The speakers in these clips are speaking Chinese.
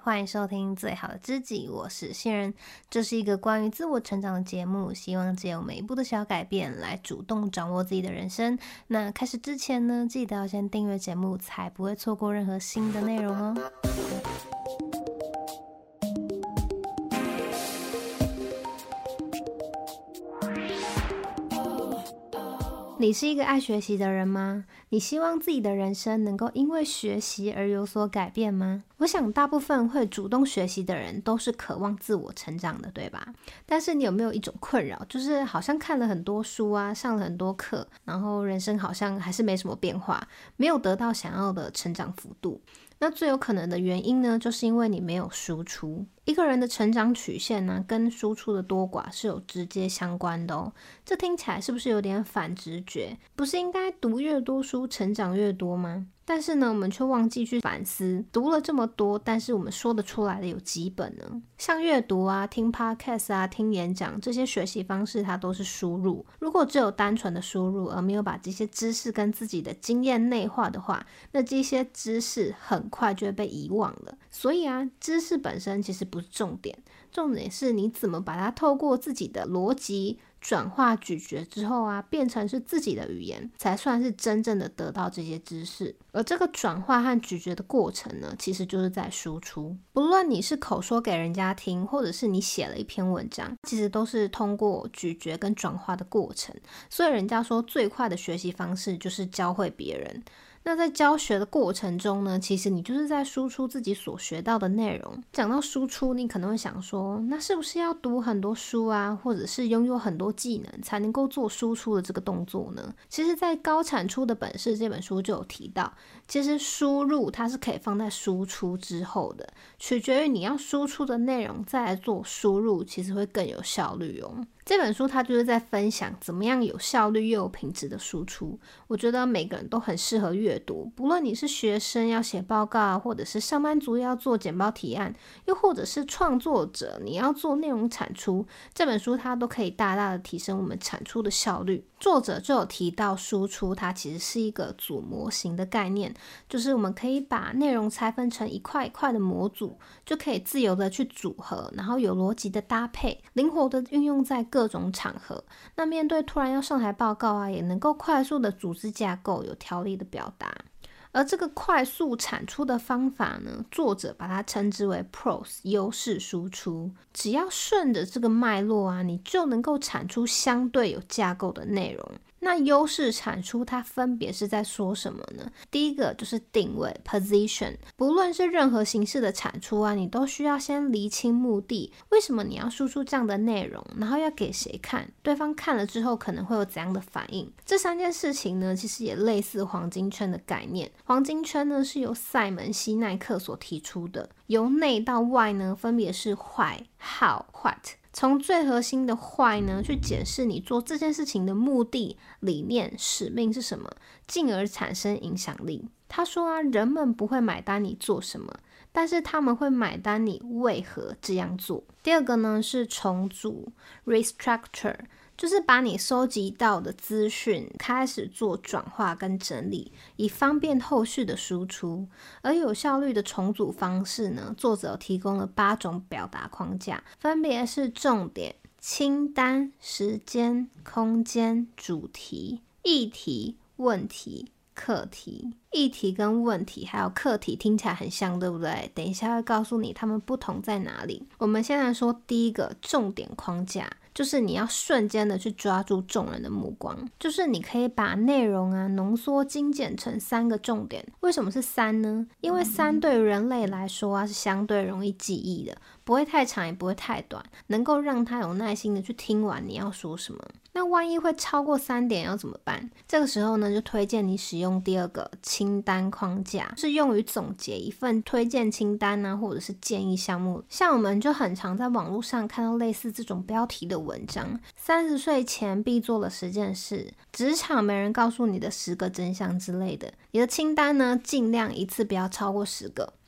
欢迎收听最好的知己，我是新人。这是一个关于自我成长的节目，希望借由每一步的小改变来主动掌握自己的人生。那开始之前呢，记得要先订阅节目，才不会错过任何新的内容哦。你是一个爱学习的人吗？你希望自己的人生能够因为学习而有所改变吗？我想大部分会主动学习的人都是渴望自我成长的，对吧？但是你有没有一种困扰，就是好像看了很多书啊，上了很多课，然后人生好像还是没什么变化，没有得到想要的成长幅度。那最有可能的原因呢，就是因为你没有输出。一个人的成长曲线呢，跟输出的多寡是有直接相关的哦。这听起来是不是有点反直觉？不是应该读越多书，成长越多吗？但是呢，我们却忘记去反思，读了这么多，但是我们说得出来的有几本呢？像阅读啊、听 podcast 啊、听演讲，这些学习方式它都是输入。如果只有单纯的输入，而没有把这些知识跟自己的经验内化的话，那这些知识很快就会被遗忘了。所以啊，知识本身其实不是重点，重点是你怎么把它透过自己的逻辑转化咀嚼之后啊，变成是自己的语言，才算是真正的得到这些知识。而这个转化和咀嚼的过程呢，其实就是在输出。不论你是口说给人家听，或者是你写了一篇文章，其实都是通过咀嚼跟转化的过程。所以人家说最快的学习方式就是教会别人。那在教学的过程中呢，其实你就是在输出自己所学到的内容。讲到输出，你可能会想说，那是不是要读很多书啊，或者是拥有很多技能才能够做输出的这个动作呢？其实在《高产出的本事》这本书就有提到，其实输入它是可以放在输出之后的，取决于你要输出的内容再来做输入，其实会更有效率哦。这本书它就是在分享怎么样有效率又有品质的输出。我觉得每个人都很适合阅读，不论你是学生要写报告，或者是上班族要做简报提案，又或者是创作者你要做内容产出，这本书它都可以大大的提升我们产出的效率。作者就有提到输出它其实是一个组模型的概念，就是我们可以把内容拆分成一块一块的模组，就可以自由的去组合，然后有逻辑的搭配，灵活的运用在各种场合。那面对突然要上台报告啊，也能够快速的组织架构，有条理的表达。而这个快速产出的方法呢，作者把它称之为 PROS 优势输出。只要顺着这个脉络啊，你就能够产出相对有架构的内容。那优势产出它分别是在说什么呢？第一个就是定位 position， 不论是任何形式的产出啊，你都需要先厘清目的，为什么你要输出这样的内容，然后要给谁看，对方看了之后可能会有怎样的反应。这三件事情呢，其实也类似黄金圈的概念。黄金圈呢是由塞门西奈克所提出的，由内到外呢分别是 why、how、what。从最核心的why呢，去检视你做这件事情的目的、理念、使命是什么，进而产生影响力。他说啊，人们不会买单你做什么，但是他们会买单你为何这样做。第二个呢是重组 restructure， 就是把你收集到的资讯开始做转化跟整理，以方便后续的输出。而有效率的重组方式呢，作者提供了8种表达框架，分别是重点、清单、时间、空间、主题、议题、问题、课题。议题跟问题还有课题听起来很像，对不对？等一下会告诉你它们不同在哪里。我们先来说第一个重点框架，就是你要瞬间的去抓住众人的目光，就是你可以把内容啊浓缩精简成3个重点。为什么是3呢？因为3对于人类来说啊是相对容易记忆的，不会太长也不会太短，能够让他有耐心的去听完你要说什么。那万一会超过3点要怎么办？这个时候呢，就推荐你使用第二个清单框架，是用于总结一份推荐清单啊，或者是建议项目。像我们就很常在网络上看到类似这种标题的文章，30岁前必做了10件事，职场没人告诉你的10个真相之类的。你的清单呢，尽量一次不要超过10个。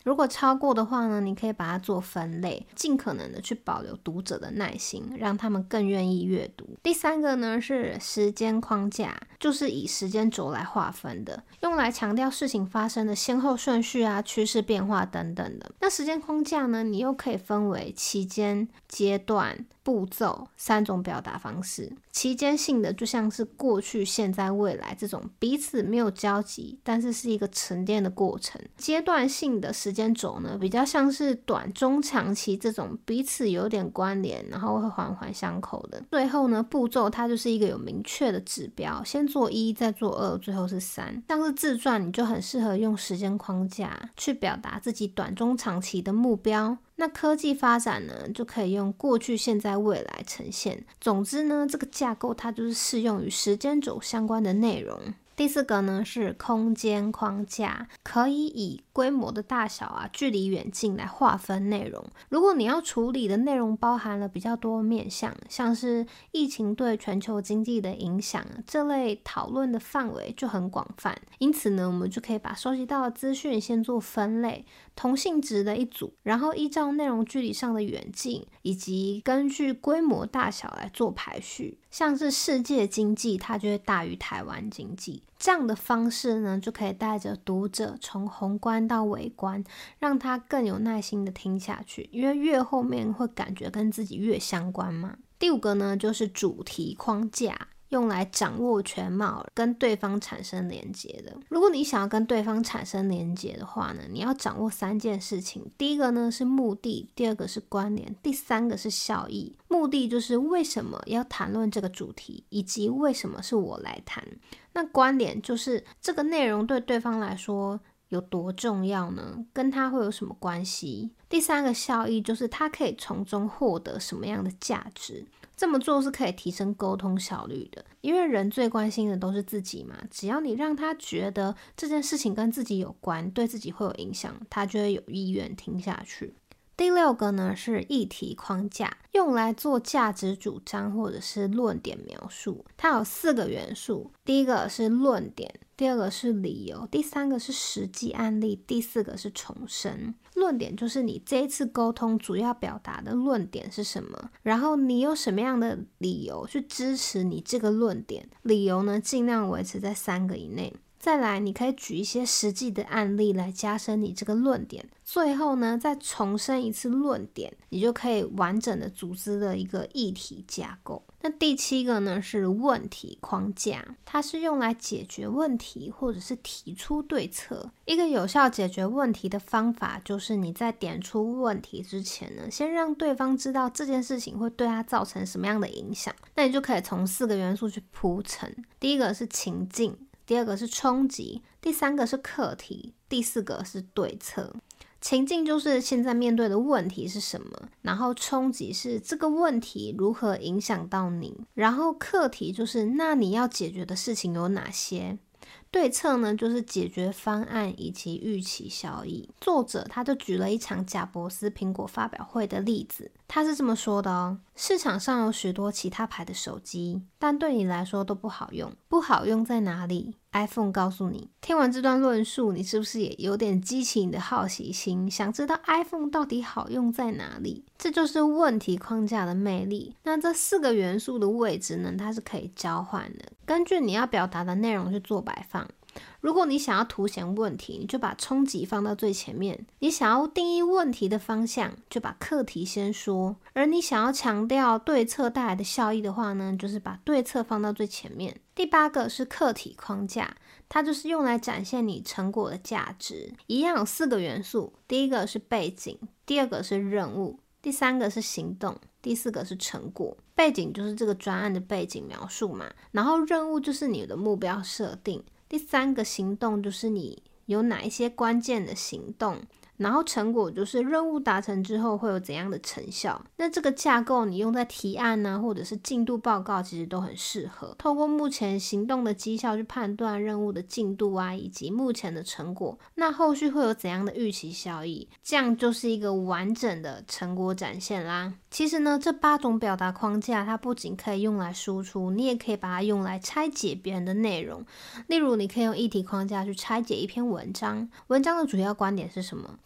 如果超过的话呢，你可以把它做分类，尽可能的去保留读者的耐心，让他们更愿意阅读。第三个呢是时间框架，就是以时间轴来划分的，用来强调事情发生的先后顺序啊、趋势变化等等的。那时间框架呢，你又可以分为期间、阶段、步骤3种表达方式。期间性的就像是过去、现在、未来这种彼此没有交集，但是是一个沉淀的过程。阶段性的时间轴呢，比较像是短、中、长期这种彼此有点关联，然后会环环相扣的。最后呢，步骤它就是一个有明确的指标，先做1，再做2，最后是3。像是自传，你就很适合用时间框架去表达自己短、中、长期的目标。那科技发展呢，就可以用过去、现在、未来呈现。总之呢，这个架构它就是适用于时间轴相关的内容。第四个呢是空间框架，可以以规模的大小啊、距离远近来划分内容。如果你要处理的内容包含了比较多面向，像是疫情对全球经济的影响，这类讨论的范围就很广泛。因此呢，我们就可以把收集到的资讯先做分类，同性质的一组，然后依照内容距离上的远近，以及根据规模大小来做排序。像是世界经济，它就会大于台湾经济。这样的方式呢，就可以带着读者从宏观到微观，让他更有耐心的听下去，因为越后面会感觉跟自己越相关嘛。第五个呢，就是主题框架，用来掌握全貌，跟对方产生连结的。如果你想要跟对方产生连结的话呢，你要掌握3件事情。第一个呢是目的，第二个是关联，第三个是效益。目的就是为什么要谈论这个主题，以及为什么是我来谈。那关联就是这个内容对对方来说有多重要呢？跟他会有什么关系？第三个效益就是他可以从中获得什么样的价值。这么做是可以提升沟通效率的，因为人最关心的都是自己嘛，只要你让他觉得这件事情跟自己有关，对自己会有影响，他就会有意愿听下去。第6个呢是议题框架，用来做价值主张或者是论点描述。它有4个元素，第一个是论点，第二个是理由，第3个是实际案例，第4个是重申。论点就是你这一次沟通主要表达的论点是什么，然后你有什么样的理由去支持你这个论点，理由呢尽量维持在3个以内。再来，你可以举一些实际的案例来加深你这个论点。最后呢，再重申一次论点，你就可以完整的组织了一个议题架构。那第7个呢是问题框架，它是用来解决问题或者是提出对策。一个有效解决问题的方法，就是你在点出问题之前呢，先让对方知道这件事情会对他造成什么样的影响。那你就可以从4个元素去铺陈。第一个是情境，第二个是冲击，第3个是课题，第4个是对策。情境就是现在面对的问题是什么，然后冲击是这个问题如何影响到你，然后课题就是那你要解决的事情有哪些，对策呢就是解决方案以及预期效益。作者他就举了一场贾伯斯苹果发表会的例子，他是这么说的哦：市场上有许多其他牌的手机，但对你来说都不好用。不好用在哪里？iPhone 告诉你。听完这段论述，你是不是也有点激起你的好奇心，想知道 iPhone 到底好用在哪里？这就是问题框架的魅力。那这4个元素的位置呢，它是可以交换的，根据你要表达的内容去做摆放。如果你想要凸显问题，你就把冲击放到最前面；你想要定义问题的方向，就把课题先说；而你想要强调对策带来的效益的话呢，就是把对策放到最前面。第8个是课题框架，它就是用来展现你成果的价值。一样有4个元素，第一个是背景，第2个是任务，第3个是行动，第4个是成果。背景就是这个专案的背景描述嘛，然后任务就是你的目标设定，第3个行动就是你有哪一些关键的行动，然后成果就是任务达成之后会有怎样的成效。那这个架构你用在提案啊，或者是进度报告，其实都很适合。透过目前行动的绩效去判断任务的进度啊，以及目前的成果，那后续会有怎样的预期效益，这样就是一个完整的成果展现啦。其实呢，这8种表达框架，它不仅可以用来输出，你也可以把它用来拆解别人的内容。例如，你可以用议题框架去拆解一篇文章，文章的主要观点是什么？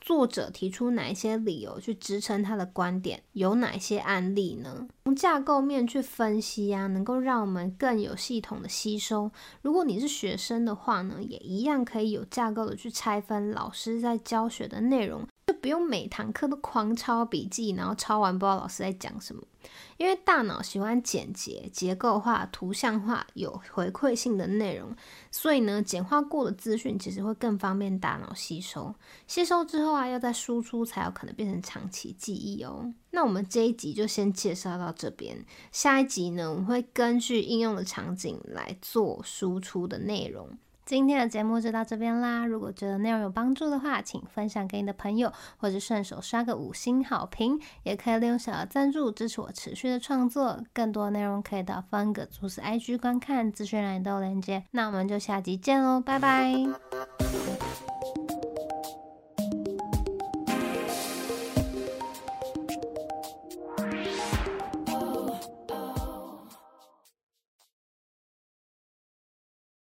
作者提出哪一些理由去支撑他的观点，有哪些案例呢？从架构面去分析啊，能够让我们更有系统的吸收。如果你是学生的话呢，也一样可以有架构的去拆分老师在教学的内容，就不用每堂课都狂抄笔记，然后抄完不知道老师在讲什么。因为大脑喜欢简洁、结构化、图像化、有回馈性的内容，所以呢，简化过的资讯其实会更方便大脑吸收。吸收之后啊，要再输出才有可能变成长期记忆哦。那我们这一集就先介绍到这边，下一集呢，我们会根据应用的场景来做输出的内容。今天的节目就到这边啦，如果觉得内容有帮助的话，请分享给你的朋友，或者顺手刷个5星好评，也可以利用小额赞助支持我持续的创作。更多内容可以到方格主持 IG 观看，资讯栏都有连结。那我们就下集见咯，拜拜。